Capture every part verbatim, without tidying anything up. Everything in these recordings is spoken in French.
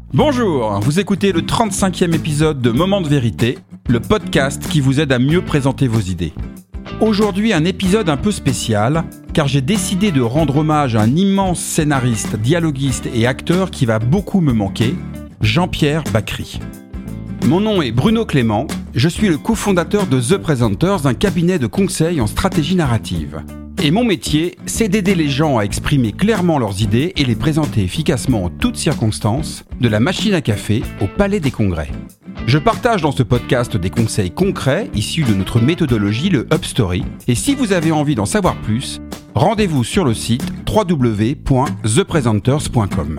Bonjour, vous écoutez le trente-cinquième épisode de Moment de vérité, le podcast qui vous aide à mieux présenter vos idées. Aujourd'hui, un épisode un peu spécial, car j'ai décidé de rendre hommage à un immense scénariste, dialoguiste et acteur qui va beaucoup me manquer, Jean-Pierre Bacry. Mon nom est Bruno Clément, je suis le cofondateur de The Presenters, un cabinet de conseil en stratégie narrative. Et mon métier, c'est d'aider les gens à exprimer clairement leurs idées et les présenter efficacement en toutes circonstances, de la machine à café au palais des congrès. Je partage dans ce podcast des conseils concrets issus de notre méthodologie, le Upstory. Et si vous avez envie d'en savoir plus, rendez-vous sur le site w w w point the presenters point com.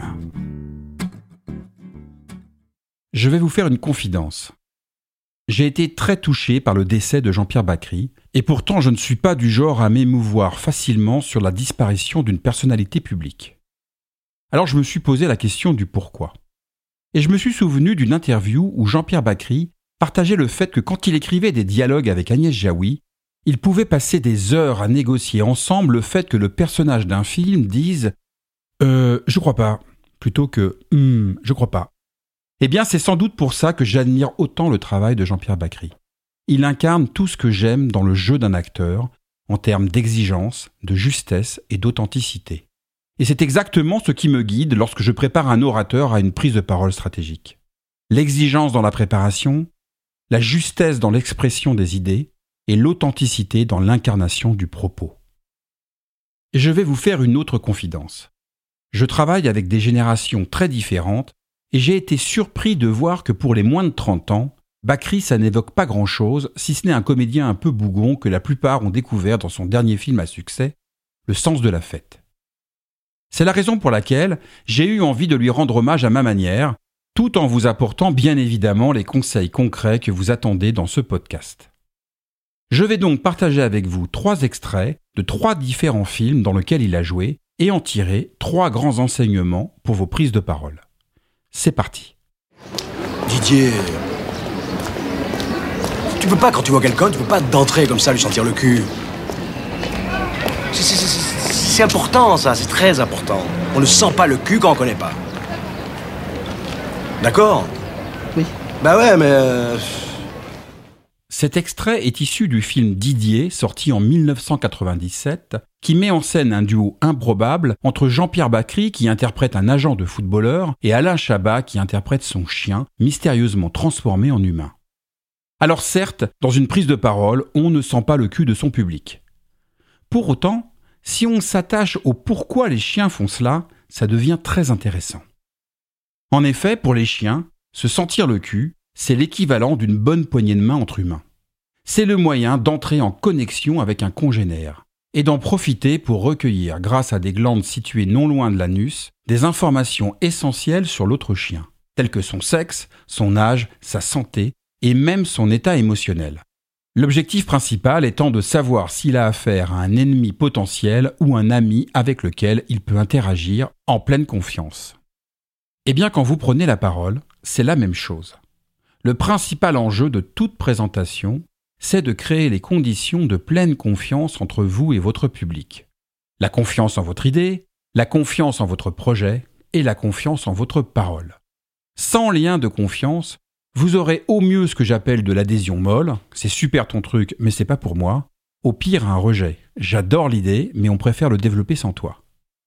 Je vais vous faire une confidence. J'ai été très touché par le décès de Jean-Pierre Bacry, et pourtant je ne suis pas du genre à m'émouvoir facilement sur la disparition d'une personnalité publique. Alors je me suis posé la question du pourquoi. Et je me suis souvenu d'une interview où Jean-Pierre Bacry partageait le fait que quand il écrivait des dialogues avec Agnès Jaoui, il pouvait passer des heures à négocier ensemble le fait que le personnage d'un film dise « Euh, je crois pas » plutôt que « Hum, je crois pas ». Eh bien, c'est sans doute pour ça que j'admire autant le travail de Jean-Pierre Bacry. Il incarne tout ce que j'aime dans le jeu d'un acteur, en termes d'exigence, de justesse et d'authenticité. Et c'est exactement ce qui me guide lorsque je prépare un orateur à une prise de parole stratégique. L'exigence dans la préparation, la justesse dans l'expression des idées et l'authenticité dans l'incarnation du propos. Et je vais vous faire une autre confidence. Je travaille avec des générations très différentes et j'ai été surpris de voir que pour les moins de trente ans, Bacry, ça n'évoque pas grand-chose, si ce n'est un comédien un peu bougon que la plupart ont découvert dans son dernier film à succès, Le sens de la fête. C'est la raison pour laquelle j'ai eu envie de lui rendre hommage à ma manière, tout en vous apportant bien évidemment les conseils concrets que vous attendez dans ce podcast. Je vais donc partager avec vous trois extraits de trois différents films dans lesquels il a joué et en tirer trois grands enseignements pour vos prises de parole. C'est parti. Didier, tu peux pas, quand tu vois quelqu'un, tu peux pas d'entrer comme ça, lui sentir le cul. C'est, c'est, c'est, c'est important, ça, c'est très important. On ne sent pas le cul quand on connaît pas. D'accord ? Oui. Bah ouais, mais... Euh... Cet extrait est issu du film Didier, sorti en dix-neuf cent quatre-vingt-dix-sept, qui met en scène un duo improbable entre Jean-Pierre Bacry, qui interprète un agent de footballeur, et Alain Chabat, qui interprète son chien, mystérieusement transformé en humain. Alors certes, dans une prise de parole, on ne sent pas le cul de son public. Pour autant, si on s'attache au pourquoi les chiens font cela, ça devient très intéressant. En effet, pour les chiens, se sentir le cul, c'est l'équivalent d'une bonne poignée de main entre humains. C'est le moyen d'entrer en connexion avec un congénère et d'en profiter pour recueillir, grâce à des glandes situées non loin de l'anus, des informations essentielles sur l'autre chien, telles que son sexe, son âge, sa santé et même son état émotionnel. L'objectif principal étant de savoir s'il a affaire à un ennemi potentiel ou un ami avec lequel il peut interagir en pleine confiance. Eh bien, quand vous prenez la parole, c'est la même chose. Le principal enjeu de toute présentation, c'est de créer les conditions de pleine confiance entre vous et votre public. La confiance en votre idée, la confiance en votre projet et la confiance en votre parole. Sans lien de confiance, vous aurez au mieux ce que j'appelle de l'adhésion molle, c'est super ton truc mais c'est pas pour moi, au pire un rejet, j'adore l'idée mais on préfère le développer sans toi.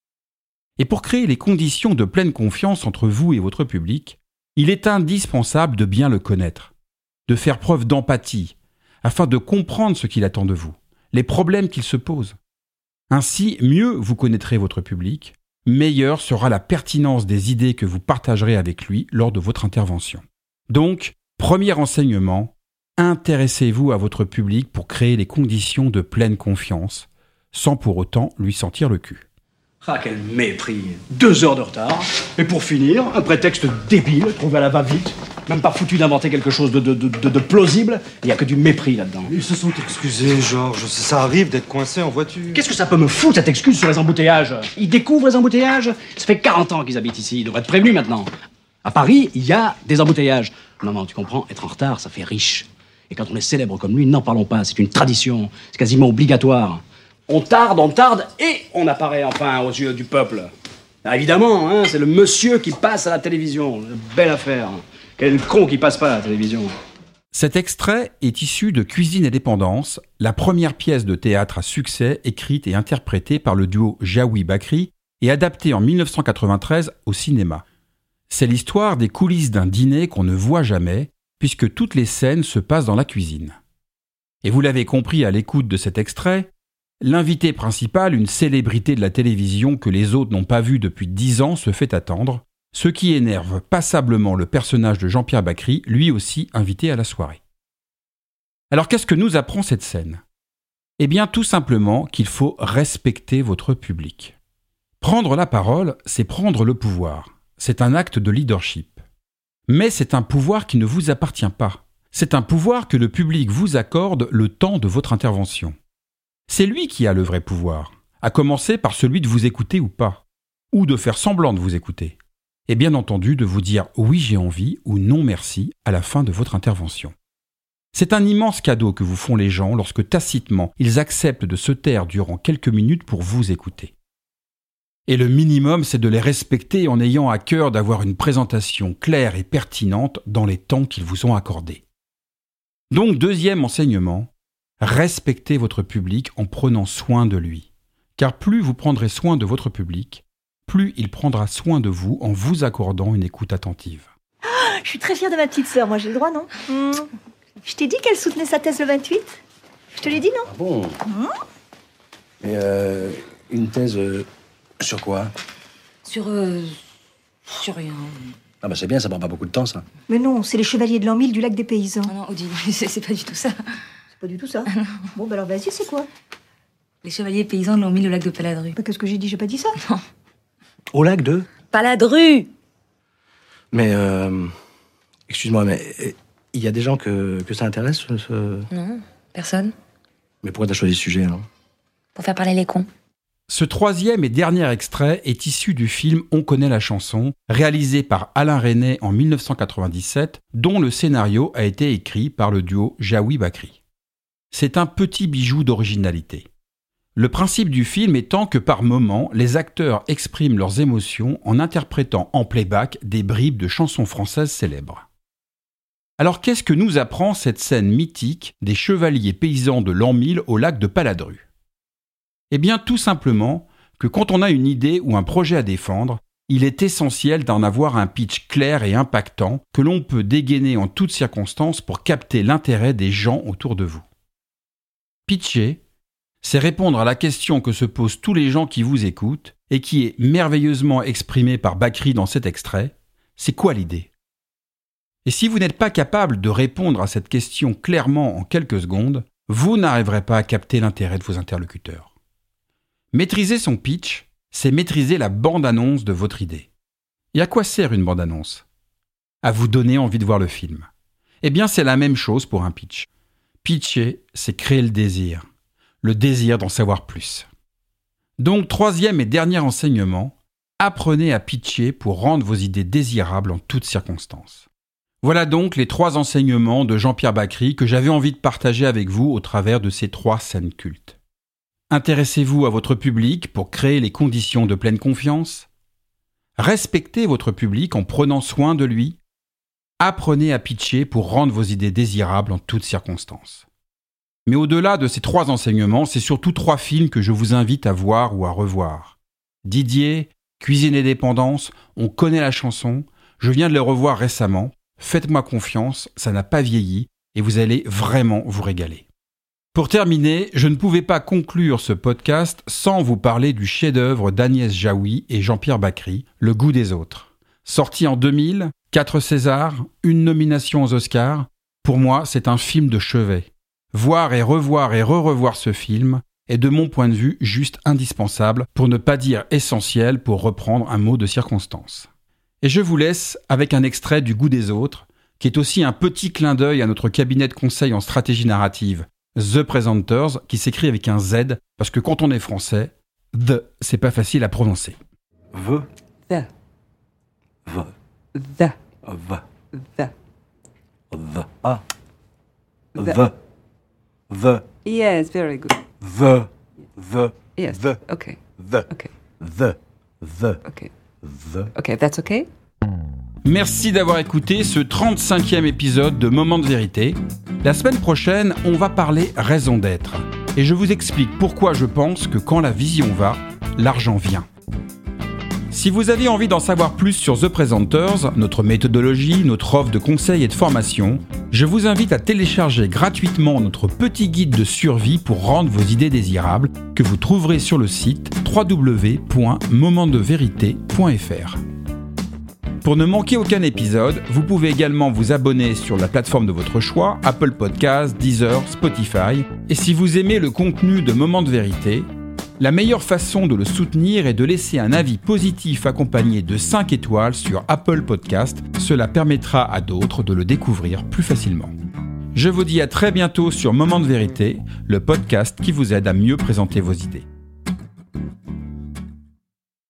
Et pour créer les conditions de pleine confiance entre vous et votre public, il est indispensable de bien le connaître, de faire preuve d'empathie, afin de comprendre ce qu'il attend de vous, les problèmes qu'il se pose. Ainsi, mieux vous connaîtrez votre public, meilleure sera la pertinence des idées que vous partagerez avec lui lors de votre intervention. Donc, premier enseignement, intéressez-vous à votre public pour créer les conditions de pleine confiance, sans pour autant lui sentir le cul. Ah, quel mépris. Deux heures de retard. Et pour finir, un prétexte débile, trouvé à la va-vite. Même pas foutu d'inventer quelque chose de, de, de, de, de plausible. Il n'y a que du mépris là-dedans. Ils se sont excusés, Georges. Ça arrive d'être coincé en voiture. Qu'est-ce que ça peut me foutre, cette excuse sur les embouteillages ? Ils découvrent les embouteillages ? Ça fait quarante ans qu'ils habitent ici. Ils devraient être prévenus maintenant. À Paris, il y a des embouteillages. Non, non, tu comprends, être en retard, ça fait riche. Et quand on est célèbre comme lui, n'en parlons pas. C'est une tradition. C'est quasiment obligatoire. On tarde, on tarde, et on apparaît enfin aux yeux du peuple. Ah, évidemment, hein, c'est le monsieur qui passe à la télévision. Belle affaire. Quel con qui passe pas à la télévision. Cet extrait est issu de Cuisine et Dépendance, la première pièce de théâtre à succès écrite et interprétée par le duo Jaoui-Bakri et adaptée en dix-neuf cent quatre-vingt-treize au cinéma. C'est l'histoire des coulisses d'un dîner qu'on ne voit jamais, puisque toutes les scènes se passent dans la cuisine. Et vous l'avez compris à l'écoute de cet extrait, l'invité principal, une célébrité de la télévision que les autres n'ont pas vue depuis dix ans, se fait attendre, ce qui énerve passablement le personnage de Jean-Pierre Bakri, lui aussi invité à la soirée. Alors qu'est-ce que nous apprend cette scène ? Eh bien tout simplement qu'il faut respecter votre public. Prendre la parole, c'est prendre le pouvoir. C'est un acte de leadership. Mais c'est un pouvoir qui ne vous appartient pas. C'est un pouvoir que le public vous accorde le temps de votre intervention. C'est lui qui a le vrai pouvoir, à commencer par celui de vous écouter ou pas, ou de faire semblant de vous écouter. Et bien entendu de vous dire « oui j'ai envie » ou « non merci » à la fin de votre intervention. C'est un immense cadeau que vous font les gens lorsque tacitement ils acceptent de se taire durant quelques minutes pour vous écouter. Et le minimum, c'est de les respecter en ayant à cœur d'avoir une présentation claire et pertinente dans les temps qu'ils vous ont accordés. Donc, deuxième enseignement, respectez votre public en prenant soin de lui. Car plus vous prendrez soin de votre public, plus il prendra soin de vous en vous accordant une écoute attentive. Oh, je suis très fière de ma petite sœur, moi j'ai le droit, non mmh. Je t'ai dit qu'elle soutenait sa thèse le vingt-huit. Je te l'ai dit, non? Ah bon? mmh. Mais euh, une thèse euh, sur quoi? Sur... Euh, sur rien. Ah bah c'est bien, ça prend pas beaucoup de temps, ça. Mais non, c'est les chevaliers de l'an mille du lac des paysans. Ah non, Odile, c'est, c'est pas du tout ça. C'est pas du tout ça? Ah bon, bah alors vas-y, c'est quoi? Les chevaliers paysans l'ont mis au lac de Paladru. Bah, qu'est-ce que j'ai dit? J'ai pas dit ça? Non. Au lac de? Paladru! Mais, euh... excuse-moi, mais il y a des gens que, que ça intéresse, ce, ce... Non, personne. Mais pourquoi t'as choisi ce sujet, alors? Pour faire parler les cons. Ce troisième et dernier extrait est issu du film On connaît la chanson, réalisé par Alain Resnais en dix-neuf cent quatre-vingt-dix-sept, dont le scénario a été écrit par le duo Jaoui-Bakri. C'est un petit bijou d'originalité. Le principe du film étant que par moments, les acteurs expriment leurs émotions en interprétant en playback des bribes de chansons françaises célèbres. Alors qu'est-ce que nous apprend cette scène mythique des chevaliers paysans de l'an mille au lac de Paladru ? Eh bien tout simplement que quand on a une idée ou un projet à défendre, il est essentiel d'en avoir un pitch clair et impactant que l'on peut dégainer en toutes circonstances pour capter l'intérêt des gens autour de vous. Pitcher, c'est répondre à la question que se posent tous les gens qui vous écoutent et qui est merveilleusement exprimée par Bakri dans cet extrait. C'est quoi l'idée ? Et si vous n'êtes pas capable de répondre à cette question clairement en quelques secondes, vous n'arriverez pas à capter l'intérêt de vos interlocuteurs. Maîtriser son pitch, c'est maîtriser la bande-annonce de votre idée. Et à quoi sert une bande-annonce ? À vous donner envie de voir le film. Eh bien, c'est la même chose pour un pitch. Pitcher, c'est créer le désir. Le désir d'en savoir plus. Donc, troisième et dernier enseignement, apprenez à pitcher pour rendre vos idées désirables en toutes circonstances. Voilà donc les trois enseignements de Jean-Pierre Bakri que j'avais envie de partager avec vous au travers de ces trois scènes cultes. Intéressez-vous à votre public pour créer les conditions de pleine confiance. Respectez votre public en prenant soin de lui. Apprenez à pitcher pour rendre vos idées désirables en toutes circonstances. Mais au-delà de ces trois enseignements, c'est surtout trois films que je vous invite à voir ou à revoir. Didier, Cuisine et Dépendance, On connaît la chanson, je viens de les revoir récemment. Faites-moi confiance, ça n'a pas vieilli et vous allez vraiment vous régaler. Pour terminer, je ne pouvais pas conclure ce podcast sans vous parler du chef-d'œuvre d'Agnès Jaoui et Jean-Pierre Bakri, Le goût des autres. Sorti en deux mille, quatre Césars, une nomination aux Oscars. Pour moi, c'est un film de chevet. Voir et revoir et re-revoir ce film est de mon point de vue juste indispensable, pour ne pas dire essentiel, pour reprendre un mot de circonstance. Et je vous laisse avec un extrait du Goût des autres, qui est aussi un petit clin d'œil à notre cabinet de conseil en stratégie narrative, The Presenters, qui s'écrit avec un Z, parce que quand on est français, The, c'est pas facile à prononcer. V. The. V. The. V. The. V. Ah. The. V. V. Yes, very good. V. V. Yes. V. Okay. V. Okay. V. The. Ok. The. Ok, that's ok. Merci d'avoir écouté ce trente-cinquième épisode de Moment de vérité. La semaine prochaine, on va parler raison d'être. Et je vous explique pourquoi je pense que quand la vision va, l'argent vient. Si vous avez envie d'en savoir plus sur The Presenters, notre méthodologie, notre offre de conseils et de formation, je vous invite à télécharger gratuitement notre petit guide de survie pour rendre vos idées désirables que vous trouverez sur le site w w w point moment de vérité point f r. Pour ne manquer aucun épisode, vous pouvez également vous abonner sur la plateforme de votre choix, Apple Podcasts, Deezer, Spotify. Et si vous aimez le contenu de Moment de vérité, la meilleure façon de le soutenir est de laisser un avis positif accompagné de cinq étoiles sur Apple Podcasts. Cela permettra à d'autres de le découvrir plus facilement. Je vous dis à très bientôt sur Moment de vérité, le podcast qui vous aide à mieux présenter vos idées.